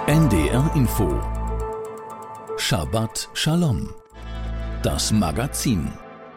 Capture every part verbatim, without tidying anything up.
N D R Info Shabbat Shalom, das Magazin.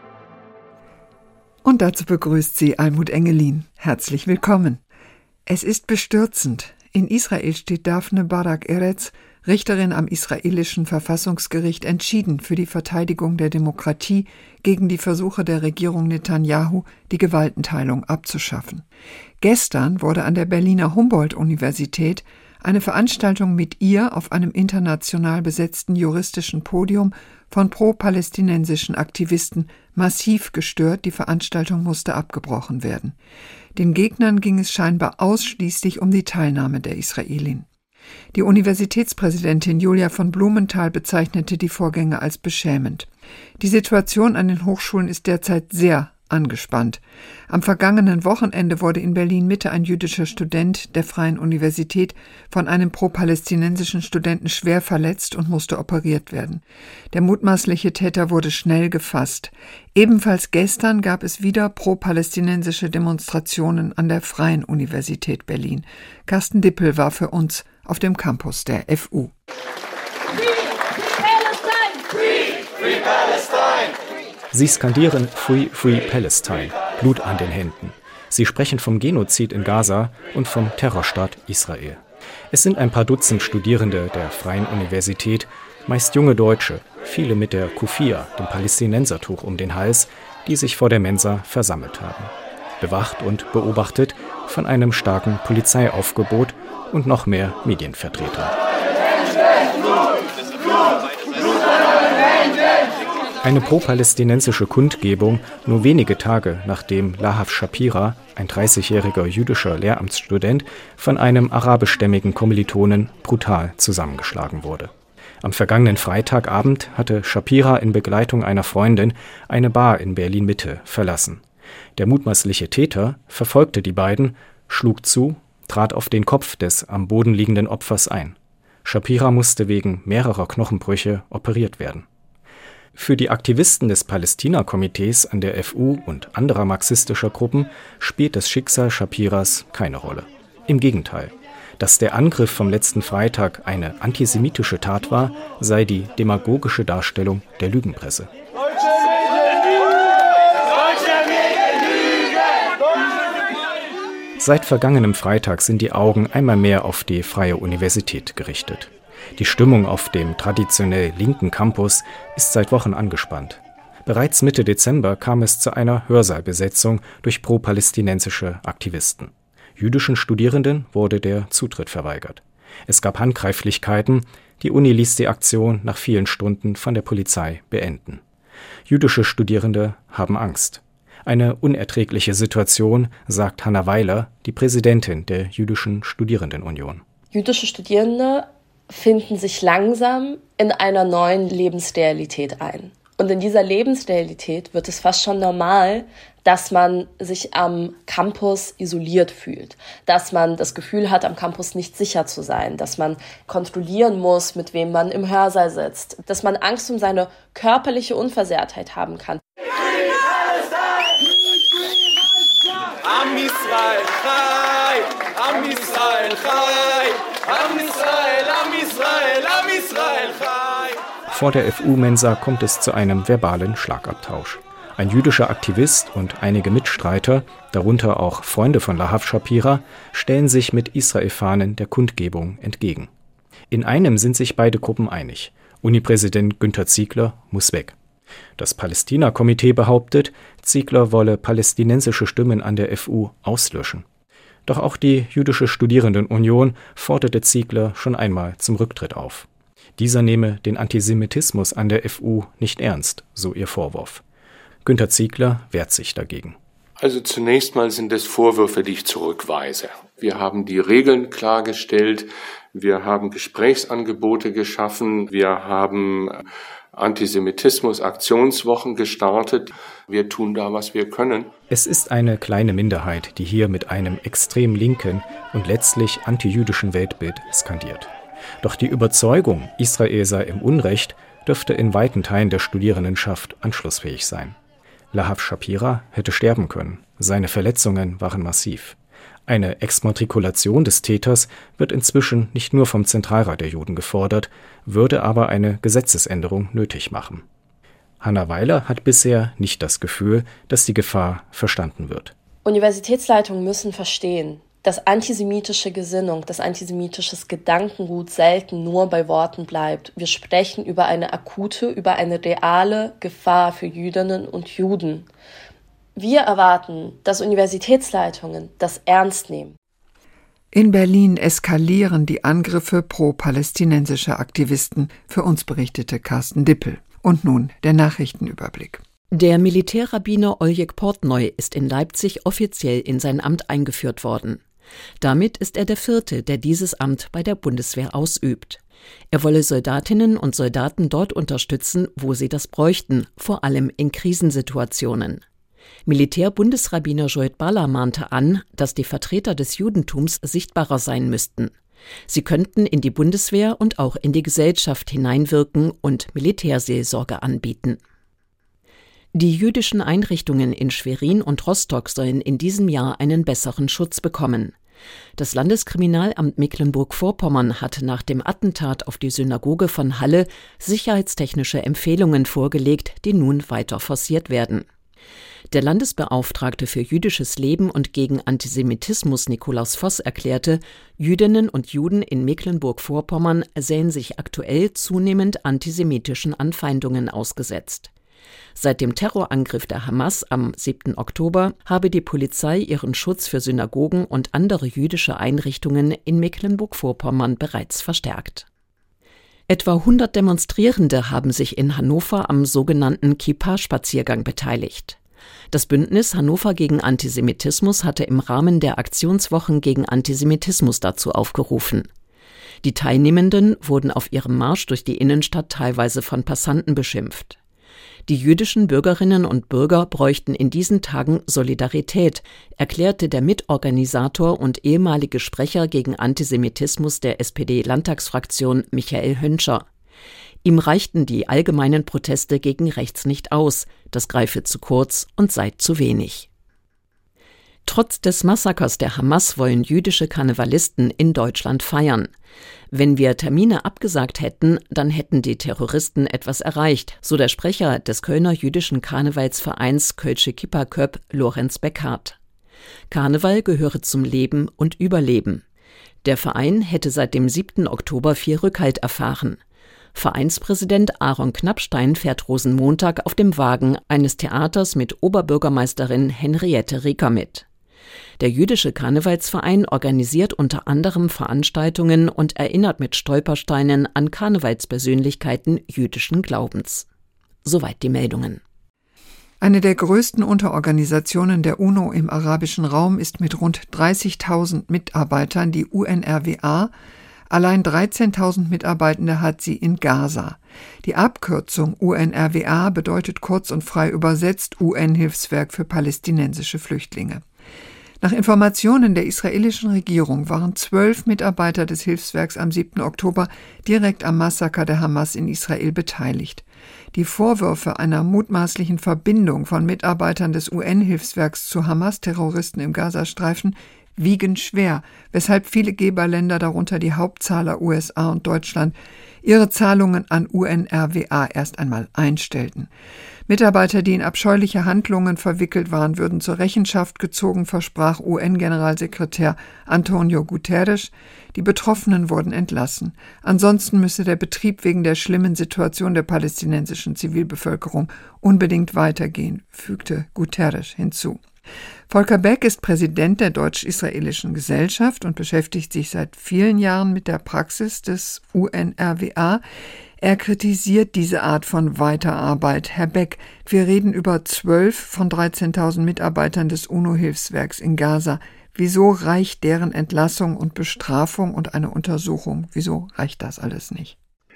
Und dazu begrüßt sie Almut Engelin. Herzlich willkommen. Es ist bestürzend. In Israel steht Daphne Barak Eretz, Richterin am israelischen Verfassungsgericht, entschieden für die Verteidigung der Demokratie gegen die Versuche der Regierung Netanyahu, die Gewaltenteilung abzuschaffen. Gestern wurde an der Berliner Humboldt-Universität eine Veranstaltung mit ihr auf einem international besetzten juristischen Podium von pro-palästinensischen Aktivisten massiv gestört. Die Veranstaltung musste abgebrochen werden. Den Gegnern ging es scheinbar ausschließlich um die Teilnahme der Israelin. Die Universitätspräsidentin Julia von Blumenthal bezeichnete die Vorgänge als beschämend. Die Situation an den Hochschulen ist derzeit sehr angespannt. Am vergangenen Wochenende wurde in Berlin-Mitte ein jüdischer Student der Freien Universität von einem pro-palästinensischen Studenten schwer verletzt und musste operiert werden. Der mutmaßliche Täter wurde schnell gefasst. Ebenfalls gestern gab es wieder pro-palästinensische Demonstrationen an der Freien Universität Berlin. Carsten Dippel war für uns auf dem Campus der F U. Free Palestine! Free, free Palestine! Sie skandieren Free, Free Palestine, Blut an den Händen. Sie sprechen vom Genozid in Gaza und vom Terrorstaat Israel. Es sind ein paar Dutzend Studierende der Freien Universität, meist junge Deutsche, viele mit der Kufia, dem Palästinensertuch um den Hals, die sich vor der Mensa versammelt haben. Bewacht und beobachtet von einem starken Polizeiaufgebot und noch mehr Medienvertreter. Eine pro-palästinensische Kundgebung nur wenige Tage nachdem Lahav Shapira, ein dreißigjähriger jüdischer Lehramtsstudent, von einem arabischstämmigen Kommilitonen brutal zusammengeschlagen wurde. Am vergangenen Freitagabend hatte Shapira in Begleitung einer Freundin eine Bar in Berlin-Mitte verlassen. Der mutmaßliche Täter verfolgte die beiden, schlug zu, trat auf den Kopf des am Boden liegenden Opfers ein. Shapira musste wegen mehrerer Knochenbrüche operiert werden. Für die Aktivisten des Palästina-Komitees an der F U und anderer marxistischer Gruppen spielt das Schicksal Shapiras keine Rolle. Im Gegenteil. Dass der Angriff vom letzten Freitag eine antisemitische Tat war, sei die demagogische Darstellung der Lügenpresse. Seit vergangenem Freitag sind die Augen einmal mehr auf die Freie Universität gerichtet. Die Stimmung auf dem traditionell linken Campus ist seit Wochen angespannt. Bereits Mitte Dezember kam es zu einer Hörsaalbesetzung durch pro-palästinensische Aktivisten. Jüdischen Studierenden wurde der Zutritt verweigert. Es gab Handgreiflichkeiten, die Uni ließ die Aktion nach vielen Stunden von der Polizei beenden. Jüdische Studierende haben Angst. Eine unerträgliche Situation, sagt Hanna Weiler, die Präsidentin der Jüdischen Studierendenunion. Jüdische Studierende finden sich langsam in einer neuen Lebensrealität ein. Und in dieser Lebensrealität wird es fast schon normal, dass man sich am Campus isoliert fühlt, dass man das Gefühl hat, am Campus nicht sicher zu sein, dass man kontrollieren muss, mit wem man im Hörsaal sitzt, dass man Angst um seine körperliche Unversehrtheit haben kann. Am Israel Chai, Am Israel Chai, Am Israel, Am Israel, Am Israel Chai. Vor der F U-Mensa kommt es zu einem verbalen Schlagabtausch. Ein jüdischer Aktivist und einige Mitstreiter, darunter auch Freunde von Lahav Shapira, stellen sich mit Israel-Fahnen der Kundgebung entgegen. In einem sind sich beide Gruppen einig. Uni-Präsident Günter Ziegler muss weg. Das Palästina-Komitee behauptet, Ziegler wolle palästinensische Stimmen an der F U auslöschen. Doch auch die Jüdische Studierendenunion forderte Ziegler schon einmal zum Rücktritt auf. Dieser nehme den Antisemitismus an der F U nicht ernst, so ihr Vorwurf. Günter Ziegler wehrt sich dagegen. Also zunächst mal sind es Vorwürfe, die ich zurückweise. Wir haben die Regeln klargestellt, wir haben Gesprächsangebote geschaffen, wir haben Antisemitismus-Aktionswochen gestartet. Wir tun da, was wir können. Es ist eine kleine Minderheit, die hier mit einem extrem linken und letztlich antijüdischen Weltbild skandiert. Doch die Überzeugung, Israel sei im Unrecht, dürfte in weiten Teilen der Studierendenschaft anschlussfähig sein. Lahav Shapira hätte sterben können. Seine Verletzungen waren massiv. Eine Exmatrikulation des Täters wird inzwischen nicht nur vom Zentralrat der Juden gefordert, würde aber eine Gesetzesänderung nötig machen. Hanna Weiler hat bisher nicht das Gefühl, dass die Gefahr verstanden wird. Universitätsleitungen müssen verstehen, dass antisemitische Gesinnung, dass antisemitisches Gedankengut selten nur bei Worten bleibt. Wir sprechen über eine akute, über eine reale Gefahr für Jüdinnen und Juden. Wir erwarten, dass Universitätsleitungen das ernst nehmen. In Berlin eskalieren die Angriffe pro-palästinensischer Aktivisten, für uns berichtete Carsten Dippel. Und nun der Nachrichtenüberblick. Der Militärrabbiner Oljek Portnoy ist in Leipzig offiziell in sein Amt eingeführt worden. Damit ist er der Vierte, der dieses Amt bei der Bundeswehr ausübt. Er wolle Soldatinnen und Soldaten dort unterstützen, wo sie das bräuchten, vor allem in Krisensituationen. Militär-Bundesrabbiner Joet Balla mahnte an, dass die Vertreter des Judentums sichtbarer sein müssten. Sie könnten in die Bundeswehr und auch in die Gesellschaft hineinwirken und Militärseelsorge anbieten. Die jüdischen Einrichtungen in Schwerin und Rostock sollen in diesem Jahr einen besseren Schutz bekommen. Das Landeskriminalamt Mecklenburg-Vorpommern hat nach dem Attentat auf die Synagoge von Halle sicherheitstechnische Empfehlungen vorgelegt, die nun weiter forciert werden. Der Landesbeauftragte für jüdisches Leben und gegen Antisemitismus Nikolaus Voss erklärte, Jüdinnen und Juden in Mecklenburg-Vorpommern sähen sich aktuell zunehmend antisemitischen Anfeindungen ausgesetzt. Seit dem Terrorangriff der Hamas am siebten Oktober habe die Polizei ihren Schutz für Synagogen und andere jüdische Einrichtungen in Mecklenburg-Vorpommern bereits verstärkt. Etwa hundert Demonstrierende haben sich in Hannover am sogenannten Kippa-Spaziergang beteiligt. Das Bündnis Hannover gegen Antisemitismus hatte im Rahmen der Aktionswochen gegen Antisemitismus dazu aufgerufen. Die Teilnehmenden wurden auf ihrem Marsch durch die Innenstadt teilweise von Passanten beschimpft. Die jüdischen Bürgerinnen und Bürger bräuchten in diesen Tagen Solidarität, erklärte der Mitorganisator und ehemalige Sprecher gegen Antisemitismus der S P D-Landtagsfraktion Michael Hönscher. Ihm reichten die allgemeinen Proteste gegen rechts nicht aus, das greife zu kurz und sei zu wenig. Trotz des Massakers der Hamas wollen jüdische Karnevalisten in Deutschland feiern. Wenn wir Termine abgesagt hätten, dann hätten die Terroristen etwas erreicht, so der Sprecher des Kölner jüdischen Karnevalsvereins Kölsche Kippa-Köpp, Lorenz Beckhardt. Karneval gehöre zum Leben und Überleben. Der Verein hätte seit dem siebten Oktober viel Rückhalt erfahren. Vereinspräsident Aaron Knappstein fährt Rosenmontag auf dem Wagen eines Theaters mit Oberbürgermeisterin Henriette Rieker mit. Der jüdische Karnevalsverein organisiert unter anderem Veranstaltungen und erinnert mit Stolpersteinen an Karnevalspersönlichkeiten jüdischen Glaubens. Soweit die Meldungen. Eine der größten Unterorganisationen der UNO im arabischen Raum ist mit rund dreißigtausend Mitarbeitern die U N R W A. Allein dreizehntausend Mitarbeitende hat sie in Gaza. Die Abkürzung U N R W A bedeutet kurz und frei übersetzt U N-Hilfswerk für palästinensische Flüchtlinge. Nach Informationen der israelischen Regierung waren zwölf Mitarbeiter des Hilfswerks am siebten Oktober direkt am Massaker der Hamas in Israel beteiligt. Die Vorwürfe einer mutmaßlichen Verbindung von Mitarbeitern des U N-Hilfswerks zu Hamas-Terroristen im Gazastreifen wiegen schwer, weshalb viele Geberländer, darunter die Hauptzahler U S A und Deutschland, ihre Zahlungen an U N R W A erst einmal einstellten. Mitarbeiter, die in abscheuliche Handlungen verwickelt waren, würden zur Rechenschaft gezogen, versprach U N-Generalsekretär Antonio Guterres. Die Betroffenen wurden entlassen. Ansonsten müsse der Betrieb wegen der schlimmen Situation der palästinensischen Zivilbevölkerung unbedingt weitergehen, fügte Guterres hinzu. Volker Beck ist Präsident der Deutsch-Israelischen Gesellschaft und beschäftigt sich seit vielen Jahren mit der Praxis des U N R W A. Er kritisiert diese Art von Weiterarbeit. Herr Beck, wir reden über zwölf von dreizehntausend Mitarbeitern des UNO-Hilfswerks in Gaza. Wieso reicht deren Entlassung und Bestrafung und eine Untersuchung? Wieso reicht das alles nicht?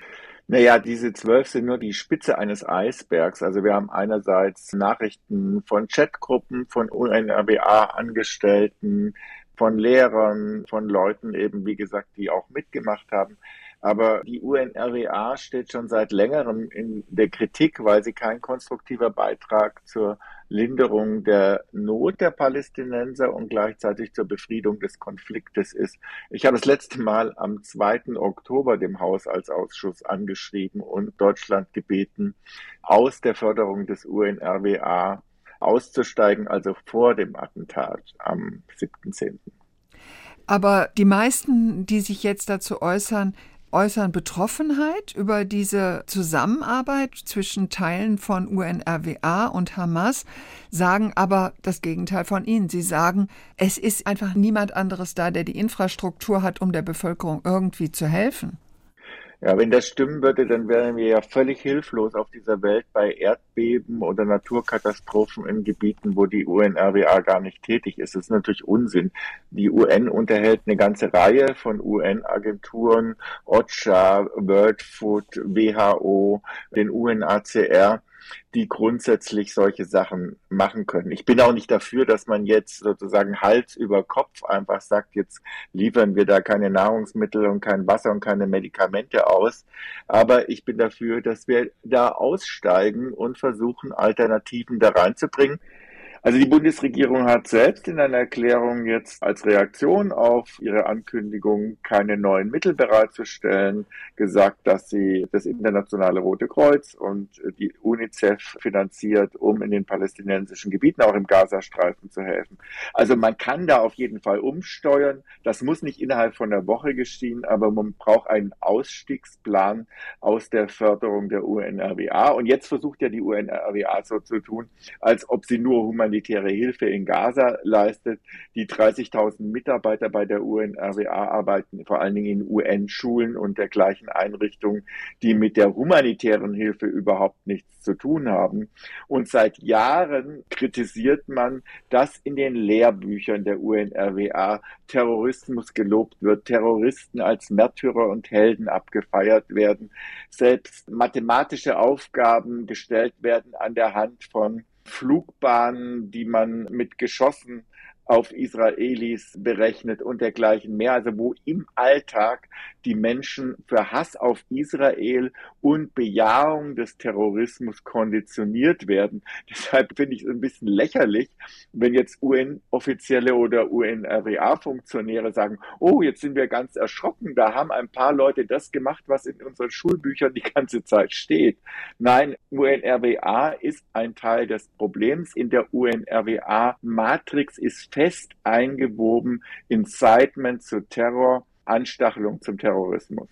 Naja, diese zwölf sind nur die Spitze eines Eisbergs. Also wir haben einerseits Nachrichten von Chatgruppen, von U N R W A-Angestellten, von Lehrern, von Leuten eben, wie gesagt, die auch mitgemacht haben. Aber die U N R W A steht schon seit längerem in der Kritik, weil sie kein konstruktiver Beitrag zur Linderung der Not der Palästinenser und gleichzeitig zur Befriedung des Konfliktes ist. Ich habe das letzte Mal am zweiten Oktober dem Haushaltsausschuss angeschrieben und Deutschland gebeten, aus der Förderung des U N R W A auszusteigen, also vor dem Attentat am siebten zehnten Aber die meisten, die sich jetzt dazu äußern, äußern Betroffenheit über diese Zusammenarbeit zwischen Teilen von U N R W A und Hamas, sagen aber das Gegenteil von Ihnen. Sie sagen, es ist einfach niemand anderes da, der die Infrastruktur hat, um der Bevölkerung irgendwie zu helfen. Ja, wenn das stimmen würde, dann wären wir ja völlig hilflos auf dieser Welt bei Erdbeben oder Naturkatastrophen in Gebieten, wo die U N R W A gar nicht tätig ist. Das ist natürlich Unsinn. Die U N unterhält eine ganze Reihe von U N-Agenturen, OCHA, World Food, W H O, den U N H C R, die grundsätzlich solche Sachen machen können. Ich bin auch nicht dafür, dass man jetzt sozusagen Hals über Kopf einfach sagt, jetzt liefern wir da keine Nahrungsmittel und kein Wasser und keine Medikamente aus. Aber ich bin dafür, dass wir da aussteigen und versuchen, Alternativen da reinzubringen. Also die Bundesregierung hat selbst in einer Erklärung jetzt als Reaktion auf ihre Ankündigung, keine neuen Mittel bereitzustellen, gesagt, dass sie das Internationale Rote Kreuz und die UNICEF finanziert, um in den palästinensischen Gebieten, auch im Gazastreifen, zu helfen. Also man kann da auf jeden Fall umsteuern. Das muss nicht innerhalb von einer Woche geschehen, aber man braucht einen Ausstiegsplan aus der Förderung der U N R W A. Und jetzt versucht ja die U N R W A so zu tun, als ob sie nur humanitäre Hilfe in Gaza leistet. Die dreißigtausend Mitarbeiter bei der U N R W A arbeiten vor allen Dingen in U N-Schulen und dergleichen Einrichtungen, die mit der humanitären Hilfe überhaupt nichts zu tun haben. Und seit Jahren kritisiert man, dass in den Lehrbüchern der U N R W A Terrorismus gelobt wird, Terroristen als Märtyrer und Helden abgefeiert werden, selbst mathematische Aufgaben gestellt werden an der Hand von Flugbahnen, die man mit Geschossen auf Israelis berechnet und dergleichen mehr, also wo im Alltag die Menschen für Hass auf Israel und Bejahung des Terrorismus konditioniert werden. Deshalb finde ich es ein bisschen lächerlich, wenn jetzt U N-Offizielle oder U N R W A-Funktionäre sagen, oh, jetzt sind wir ganz erschrocken, da haben ein paar Leute das gemacht, was in unseren Schulbüchern die ganze Zeit steht. Nein, U N R W A ist ein Teil des Problems. In der U N R W A-Matrix ist fest eingewoben Incitement zu Terror, Anstachelung zum Terrorismus.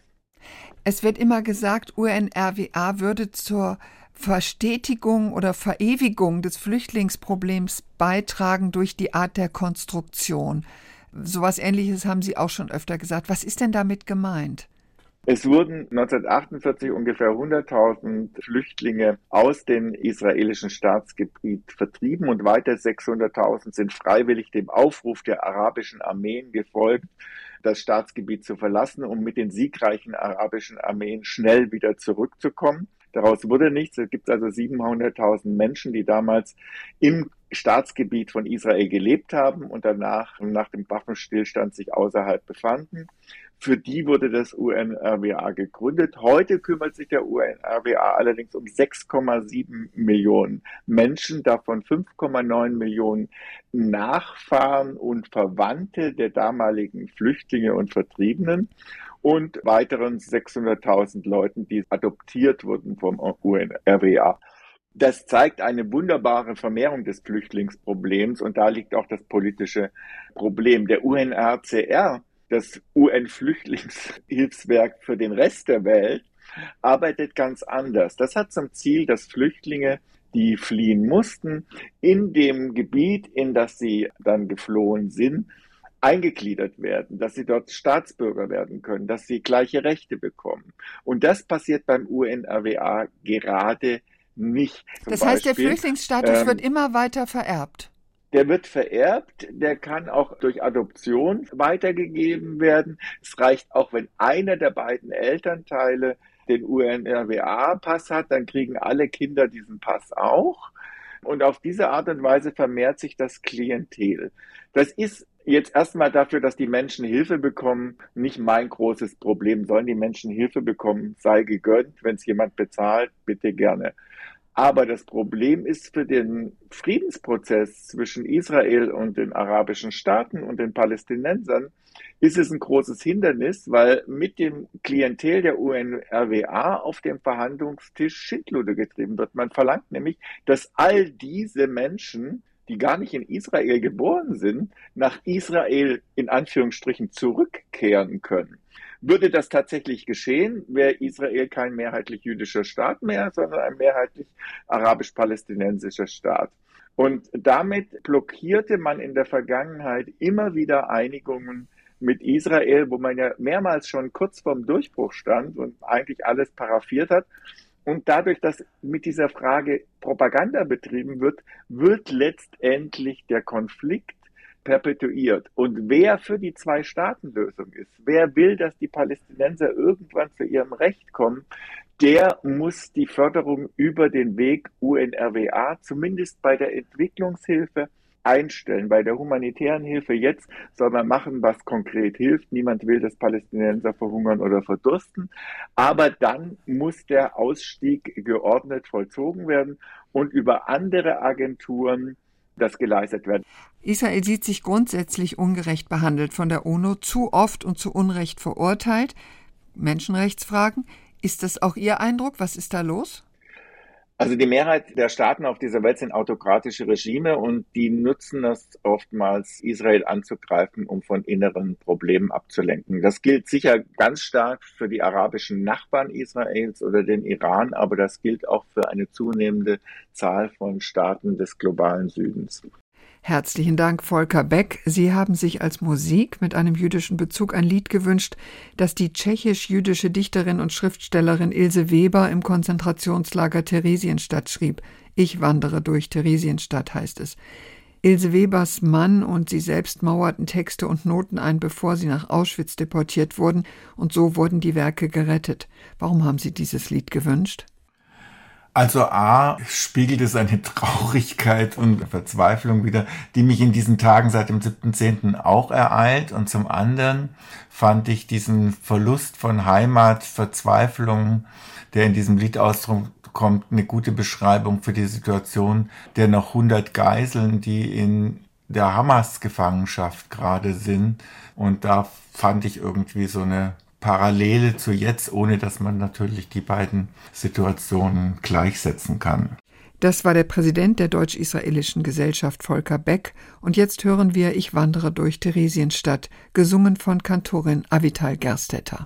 Es wird immer gesagt, U N R W A würde zur Verstetigung oder Verewigung des Flüchtlingsproblems beitragen durch die Art der Konstruktion. Sowas Ähnliches haben Sie auch schon öfter gesagt. Was ist denn damit gemeint? Es wurden neunzehnhundertachtundvierzig ungefähr hunderttausend Flüchtlinge aus dem israelischen Staatsgebiet vertrieben und weiter sechshunderttausend sind freiwillig dem Aufruf der arabischen Armeen gefolgt, das Staatsgebiet zu verlassen, um mit den siegreichen arabischen Armeen schnell wieder zurückzukommen. Daraus wurde nichts. Es gibt also siebenhunderttausend Menschen, die damals im Staatsgebiet von Israel gelebt haben und danach nach dem Waffenstillstand sich außerhalb befanden. Für die wurde das U N R W A gegründet. Heute kümmert sich der U N R W A allerdings um sechs Komma sieben Millionen Menschen, davon fünf Komma neun Millionen Nachfahren und Verwandte der damaligen Flüchtlinge und Vertriebenen und weiteren sechshunderttausend Leuten, die adoptiert wurden vom U N R W A. Das zeigt eine wunderbare Vermehrung des Flüchtlingsproblems und da liegt auch das politische Problem. Der U N H C R, das U N-Flüchtlingshilfswerk für den Rest der Welt, arbeitet ganz anders. Das hat zum Ziel, dass Flüchtlinge, die fliehen mussten, in dem Gebiet, in das sie dann geflohen sind, eingegliedert werden, dass sie dort Staatsbürger werden können, dass sie gleiche Rechte bekommen. Und das passiert beim U N R W A gerade nicht. Zum das heißt, Beispiel, der Flüchtlingsstatus ähm, wird immer weiter vererbt? Der wird vererbt, der kann auch durch Adoption weitergegeben werden. Es reicht auch, wenn einer der beiden Elternteile den U N R W A-Pass hat, dann kriegen alle Kinder diesen Pass auch. Und auf diese Art und Weise vermehrt sich das Klientel. Das ist Jetzt erstmal dafür, dass die Menschen Hilfe bekommen, nicht mein großes Problem. Sollen die Menschen Hilfe bekommen, sei gegönnt. Wenn es jemand bezahlt, bitte gerne. Aber das Problem ist für den Friedensprozess zwischen Israel und den arabischen Staaten und den Palästinensern, ist es ein großes Hindernis, weil mit dem Klientel der U N R W A auf dem Verhandlungstisch Schindluder getrieben wird. Man verlangt nämlich, dass all diese Menschen, die gar nicht in Israel geboren sind, nach Israel in Anführungsstrichen zurückkehren können. Würde das tatsächlich geschehen, wäre Israel kein mehrheitlich jüdischer Staat mehr, sondern ein mehrheitlich arabisch-palästinensischer Staat. Und damit blockierte man in der Vergangenheit immer wieder Einigungen mit Israel, wo man ja mehrmals schon kurz vorm Durchbruch stand und eigentlich alles paraffiert hat. Und dadurch, dass mit dieser Frage Propaganda betrieben wird, wird letztendlich der Konflikt perpetuiert. Und wer für die Zwei-Staaten-Lösung ist, wer will, dass die Palästinenser irgendwann zu ihrem Recht kommen, der muss die Förderung über den Weg U N R W A, zumindest bei der Entwicklungshilfe, einstellen. Bei der humanitären Hilfe jetzt soll man machen, was konkret hilft. Niemand will, dass Palästinenser verhungern oder verdursten. Aber dann muss der Ausstieg geordnet vollzogen werden und über andere Agenturen das geleistet werden. Israel sieht sich grundsätzlich ungerecht behandelt von der UNO, zu oft und zu Unrecht verurteilt. Menschenrechtsfragen. Ist das auch Ihr Eindruck? Was ist da los? Also die Mehrheit der Staaten auf dieser Welt sind autokratische Regime und die nutzen das oftmals, Israel anzugreifen, um von inneren Problemen abzulenken. Das gilt sicher ganz stark für die arabischen Nachbarn Israels oder den Iran, aber das gilt auch für eine zunehmende Zahl von Staaten des globalen Südens. Herzlichen Dank, Volker Beck. Sie haben sich als Musik mit einem jüdischen Bezug ein Lied gewünscht, das die tschechisch-jüdische Dichterin und Schriftstellerin Ilse Weber im Konzentrationslager Theresienstadt schrieb. Ich wandere durch Theresienstadt, heißt es. Ilse Webers Mann und sie selbst mauerten Texte und Noten ein, bevor sie nach Auschwitz deportiert wurden, und so wurden die Werke gerettet. Warum haben Sie dieses Lied gewünscht? Also A, spiegelt es eine Traurigkeit und Verzweiflung wider, die mich in diesen Tagen seit dem siebten zehnten auch ereilt. Und zum anderen fand ich diesen Verlust von Heimat, Verzweiflung, der in diesem Lied Ausdruck kommt, eine gute Beschreibung für die Situation der noch hundert Geiseln, die in der Hamas-Gefangenschaft gerade sind. Und da fand ich irgendwie so eine Parallele zu jetzt, ohne dass man natürlich die beiden Situationen gleichsetzen kann. Das war der Präsident der Deutsch-Israelischen Gesellschaft Volker Beck. Und jetzt hören wir Ich wandere durch Theresienstadt, gesungen von Kantorin Avital Gerstetter.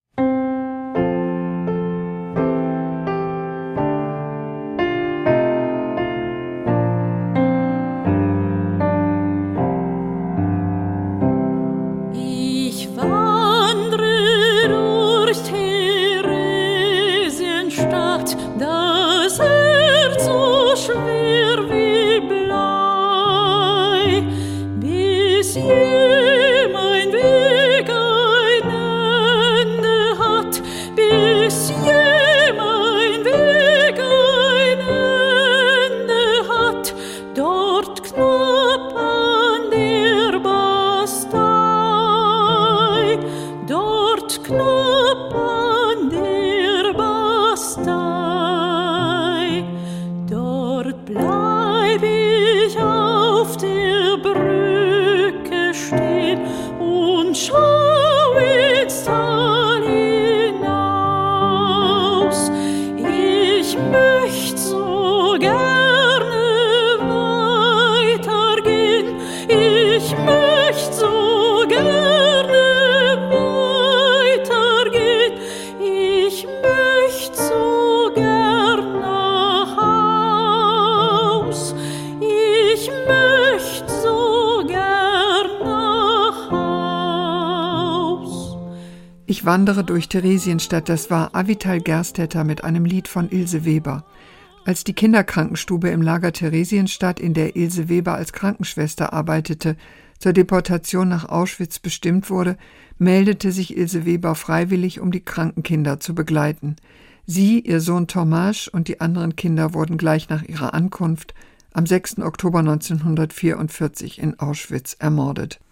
Ich wandere durch Theresienstadt, das war Avital Gerstetter mit einem Lied von Ilse Weber. Als die Kinderkrankenstube im Lager Theresienstadt, in der Ilse Weber als Krankenschwester arbeitete, zur Deportation nach Auschwitz bestimmt wurde, meldete sich Ilse Weber freiwillig, um die kranken Kinder zu begleiten. Sie, ihr Sohn Tomasz und die anderen Kinder wurden gleich nach ihrer Ankunft am sechsten Oktober neunzehnhundertvierundvierzig in Auschwitz ermordet.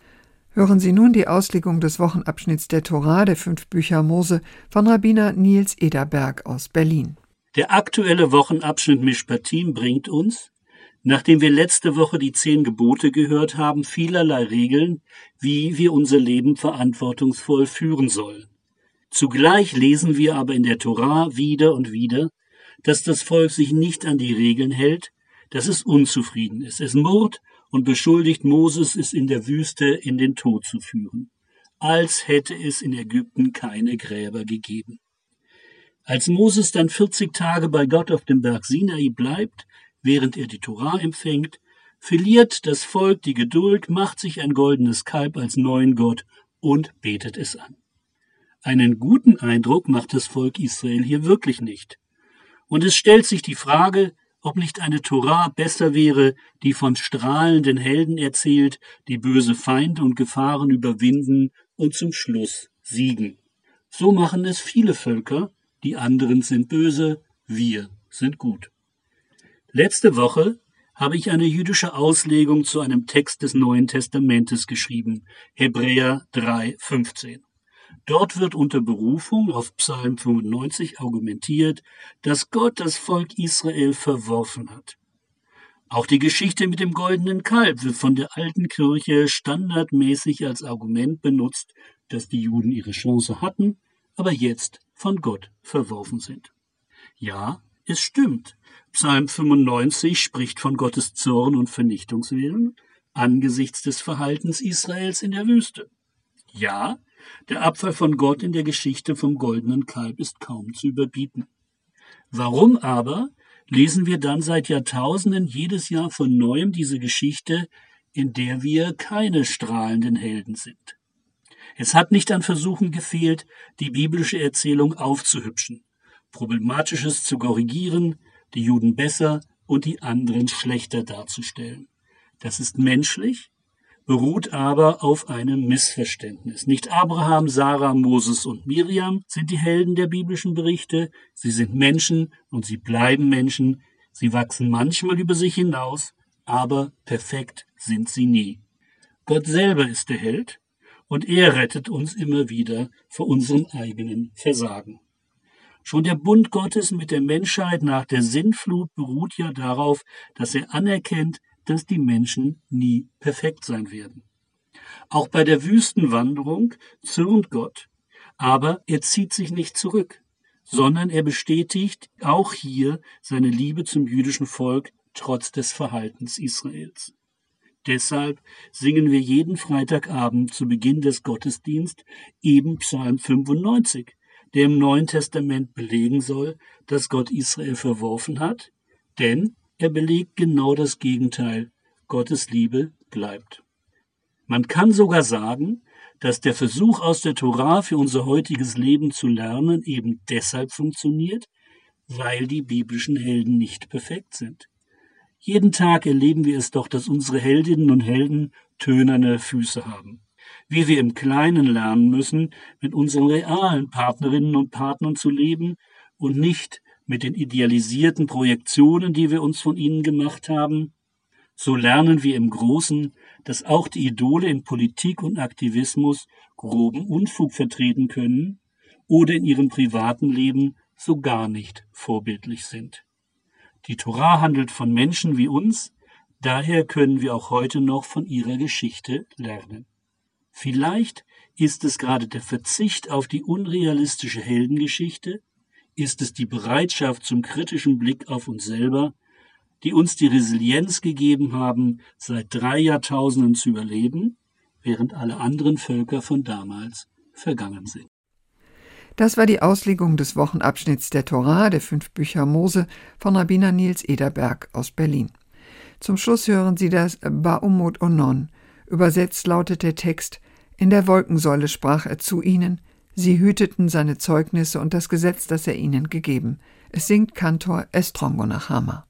Hören Sie nun die Auslegung des Wochenabschnitts der Tora, der fünf Bücher Mose, von Rabbiner Nils Ederberg aus Berlin. Der aktuelle Wochenabschnitt Mishpatim bringt uns, nachdem wir letzte Woche die zehn Gebote gehört haben, vielerlei Regeln, wie wir unser Leben verantwortungsvoll führen sollen. Zugleich lesen wir aber in der Tora wieder und wieder, dass das Volk sich nicht an die Regeln hält, dass es unzufrieden ist. Es murrt und beschuldigt Moses, es in der Wüste in den Tod zu führen, als hätte es in Ägypten keine Gräber gegeben. Als Moses dann vierzig Tage bei Gott auf dem Berg Sinai bleibt, während er die Tora empfängt, verliert das Volk die Geduld, macht sich ein goldenes Kalb als neuen Gott und betet es an. Einen guten Eindruck macht das Volk Israel hier wirklich nicht. Und es stellt sich die Frage, ob nicht eine Tora besser wäre, die von strahlenden Helden erzählt, die böse Feinde und Gefahren überwinden und zum Schluss siegen. So machen es viele Völker, die anderen sind böse, wir sind gut. Letzte Woche habe ich eine jüdische Auslegung zu einem Text des Neuen Testamentes geschrieben, Hebräer drei fünfzehn. Dort wird unter Berufung auf Psalm fünfundneunzig argumentiert, dass Gott das Volk Israel verworfen hat. Auch die Geschichte mit dem goldenen Kalb wird von der alten Kirche standardmäßig als Argument benutzt, dass die Juden ihre Chance hatten, aber jetzt von Gott verworfen sind. Ja, es stimmt. Psalm fünfundneunzig spricht von Gottes Zorn und Vernichtungswillen angesichts des Verhaltens Israels in der Wüste. Ja, der Abfall von Gott in der Geschichte vom goldenen Kalb ist kaum zu überbieten. Warum aber lesen wir dann seit Jahrtausenden jedes Jahr von Neuem diese Geschichte, in der wir keine strahlenden Helden sind? Es hat nicht an Versuchen gefehlt, die biblische Erzählung aufzuhübschen, Problematisches zu korrigieren, die Juden besser und die anderen schlechter darzustellen. Das ist menschlich, beruht aber auf einem Missverständnis. Nicht Abraham, Sarah, Moses und Miriam sind die Helden der biblischen Berichte. Sie sind Menschen und sie bleiben Menschen. Sie wachsen manchmal über sich hinaus, aber perfekt sind sie nie. Gott selber ist der Held und er rettet uns immer wieder vor unserem eigenen Versagen. Schon der Bund Gottes mit der Menschheit nach der Sintflut beruht ja darauf, dass er anerkennt, dass die Menschen nie perfekt sein werden. Auch bei der Wüstenwanderung zürnt Gott, aber er zieht sich nicht zurück, sondern er bestätigt auch hier seine Liebe zum jüdischen Volk trotz des Verhaltens Israels. Deshalb singen wir jeden Freitagabend zu Beginn des Gottesdienstes eben Psalm fünfundneunzig, der im Neuen Testament belegen soll, dass Gott Israel verworfen hat, denn er belegt genau das Gegenteil. Gottes Liebe bleibt. Man kann sogar sagen, dass der Versuch aus der Tora für unser heutiges Leben zu lernen eben deshalb funktioniert, weil die biblischen Helden nicht perfekt sind. Jeden Tag erleben wir es doch, dass unsere Heldinnen und Helden tönerne Füße haben. Wie wir im Kleinen lernen müssen, mit unseren realen Partnerinnen und Partnern zu leben und nicht mit den idealisierten Projektionen, die wir uns von ihnen gemacht haben. So lernen wir im Großen, dass auch die Idole in Politik und Aktivismus groben Unfug vertreten können oder in ihrem privaten Leben so gar nicht vorbildlich sind. Die Tora handelt von Menschen wie uns, daher können wir auch heute noch von ihrer Geschichte lernen. Vielleicht ist es gerade der Verzicht auf die unrealistische Heldengeschichte, ist es die Bereitschaft zum kritischen Blick auf uns selber, die uns die Resilienz gegeben haben, seit drei Jahrtausenden zu überleben, während alle anderen Völker von damals vergangen sind. Das war die Auslegung des Wochenabschnitts der Tora, der fünf Bücher Mose, von Rabbiner Nils Ederberg aus Berlin. Zum Schluss hören Sie das Ba'umot Onon. Übersetzt lautet der Text: In der Wolkensäule sprach er zu ihnen, sie hüteten seine Zeugnisse und das Gesetz, das er ihnen gegeben. Es singt Kantor Estrongo Nachama.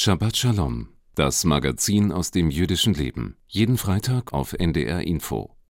Shabbat Shalom, das Magazin aus dem jüdischen Leben. Jeden Freitag auf N D R Info.